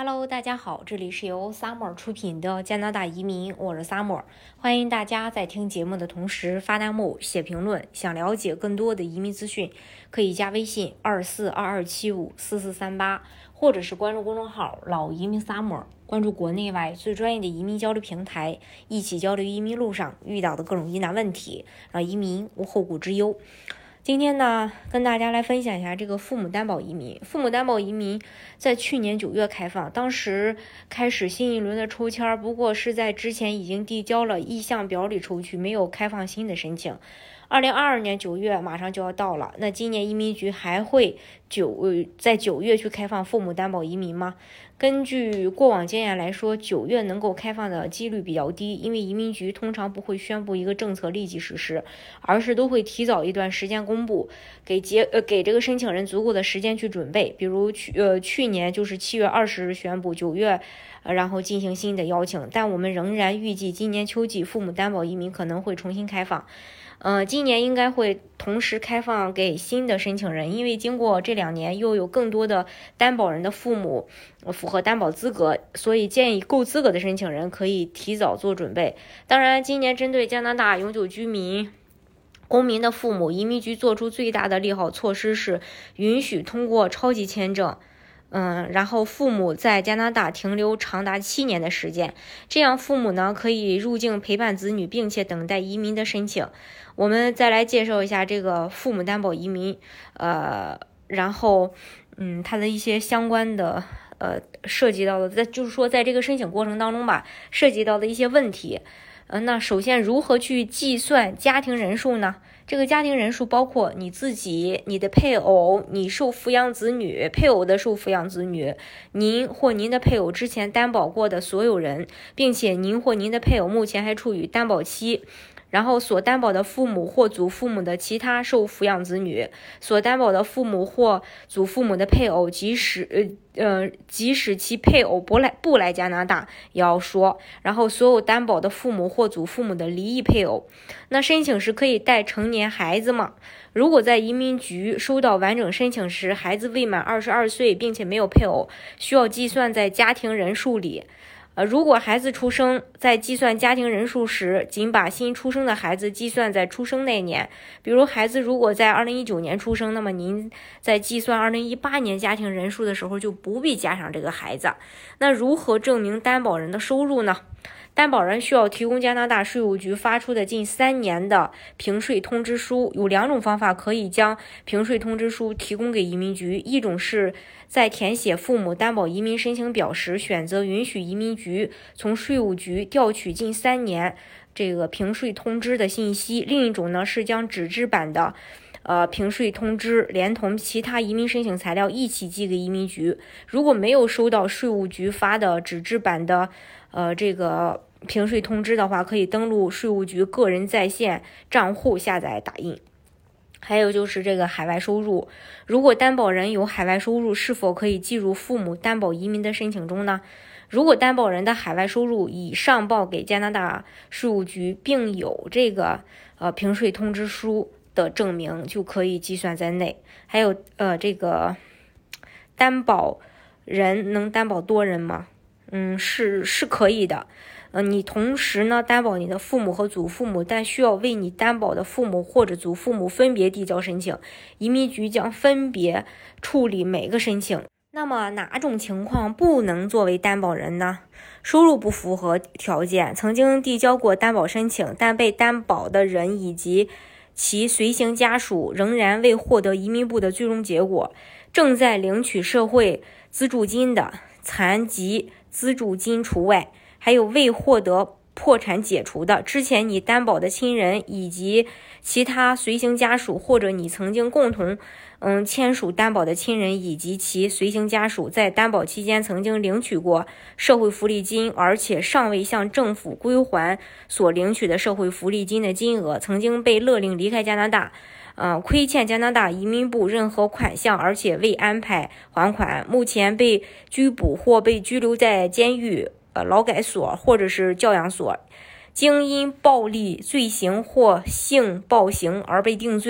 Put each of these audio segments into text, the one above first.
Hello， 大家好，这里是由 Summer 出品的加拿大移民，我是 Summer， 欢迎大家在听节目的同时发弹幕、写评论。想了解更多的移民资讯，可以加微信2422754438，或者是关注公众号老移民 Summer， 关注国内外最专业的移民交流平台，一起交流移民路上遇到的各种疑难问题，让移民无后顾之忧。今天呢，跟大家来分享一下这个父母担保移民。父母担保移民在去年9月开放，当时开始新一轮的抽签，不过是在之前已经递交了意向表里抽取，没有开放新的申请。2022年9月马上就要到了，那今年移民局还会在9月去开放父母担保移民吗？根据过往经验来说，9月能够开放的几率比较低，因为移民局通常不会宣布一个政策立即实施，而是都会提早一段时间公布，给这个申请人足够的时间去准备。比如去年就是7月20日宣布，9月然后进行新的邀请，但我们仍然预计今年秋季父母担保移民可能会重新开放。今年应该会同时开放给新的申请人，因为经过这2年又有更多的担保人的父母符合担保资格，所以建议够资格的申请人可以提早做准备。当然，今年针对加拿大永久居民公民的父母，移民局做出最大的利好措施是允许通过超级签证然后父母在加拿大停留长达7年的时间，这样父母呢可以入境陪伴子女，并且等待移民的申请。我们再来介绍一下这个父母担保移民，然后它的一些相关的涉及到的，就是说在这个申请过程当中吧，涉及到的一些问题。那首先如何去计算家庭人数呢？这个家庭人数包括你自己、你的配偶、你受抚养子女、配偶的受抚养子女、您或您的配偶之前担保过的所有人，并且您或您的配偶目前还处于担保期。然后所担保的父母或祖父母的其他受抚养子女，所担保的父母或祖父母的配偶，即使其配偶不来加拿大也要说。然后所有担保的父母或祖父母的离异配偶。那申请时可以带成年孩子吗？如果在移民局收到完整申请时，孩子未满22岁，并且没有配偶，需要计算在家庭人数里。如果孩子出生，在计算家庭人数时，仅把新出生的孩子计算在出生那年。比如孩子如果在2019年出生，那么您在计算2018年家庭人数的时候就不必加上这个孩子。那如何证明担保人的收入呢？担保人需要提供加拿大税务局发出的近3年的评税通知书。有2种方法可以将评税通知书提供给移民局，一种是在填写父母担保移民申请表时，选择允许移民局从税务局调取近3年这个评税通知的信息；另一种呢是将纸质版的评税通知连同其他移民申请材料一起寄给移民局。如果没有收到税务局发的纸质版的这个评税通知的话，可以登录税务局个人在线账户下载打印。还有就是这个海外收入，如果担保人有海外收入，是否可以计入父母担保移民的申请中呢？如果担保人的海外收入已上报给加拿大税务局，并有这个评税通知书的证明，就可以计算在内。还有这个担保人能担保多人吗？是可以的。你同时呢担保你的父母和祖父母，但需要为你担保的父母或者祖父母分别递交申请，移民局将分别处理每个申请。那么哪种情况不能作为担保人呢？收入不符合条件，曾经递交过担保申请，但被担保的人以及其随行家属仍然未获得移民部的最终结果，正在领取社会资助金的，残疾资助金除外，还有未获得破产解除的，之前你担保的亲人以及其他随行家属，或者你曾经共同签署担保的亲人以及其随行家属，在担保期间曾经领取过社会福利金，而且尚未向政府归还所领取的社会福利金的金额，曾经被勒令离开加拿大，亏欠加拿大移民部任何款项，而且未安排还款，目前被拘捕或被拘留在监狱、劳改所或者是教养所，经因暴力罪行或性暴行而被定罪，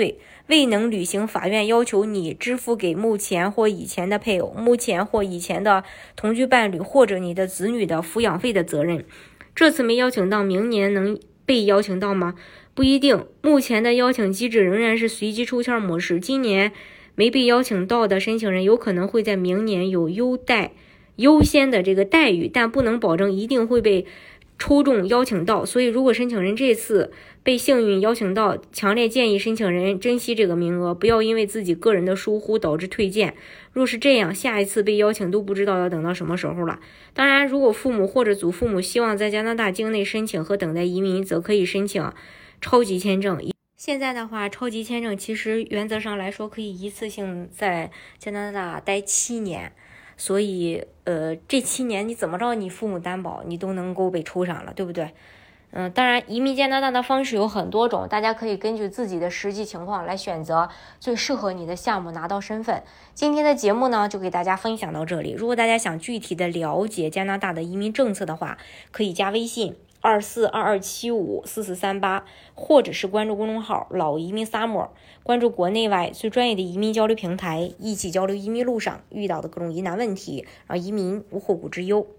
未能履行法院要求你支付给目前或以前的配偶、目前或以前的同居伴侣或者你的子女的抚养费的责任。这次没邀请到，明年能被邀请到吗？不一定，目前的邀请机制仍然是随机抽签模式。今年没被邀请到的申请人有可能会在明年有优先的这个待遇，但不能保证一定会被抽中邀请到。所以如果申请人这次被幸运邀请到，强烈建议申请人珍惜这个名额，不要因为自己个人的疏忽导致退件。若是这样，下一次被邀请都不知道要等到什么时候了。当然，如果父母或者祖父母希望在加拿大境内申请和等待移民，则可以申请超级签证。现在的话，超级签证其实原则上来说可以一次性在加拿大待7年，所以这7年你怎么着，你父母担保你都能够被抽上了，对不对？当然，移民加拿大的方式有很多种，大家可以根据自己的实际情况来选择最适合你的项目拿到身份。今天的节目呢，就给大家分享到这里。如果大家想具体的了解加拿大的移民政策的话，可以加微信2422754438，或者是关注公众号老移民 Summer， 关注国内外最专业的移民交流平台，一起交流移民路上遇到的各种疑难问题，让移民无后顾之忧。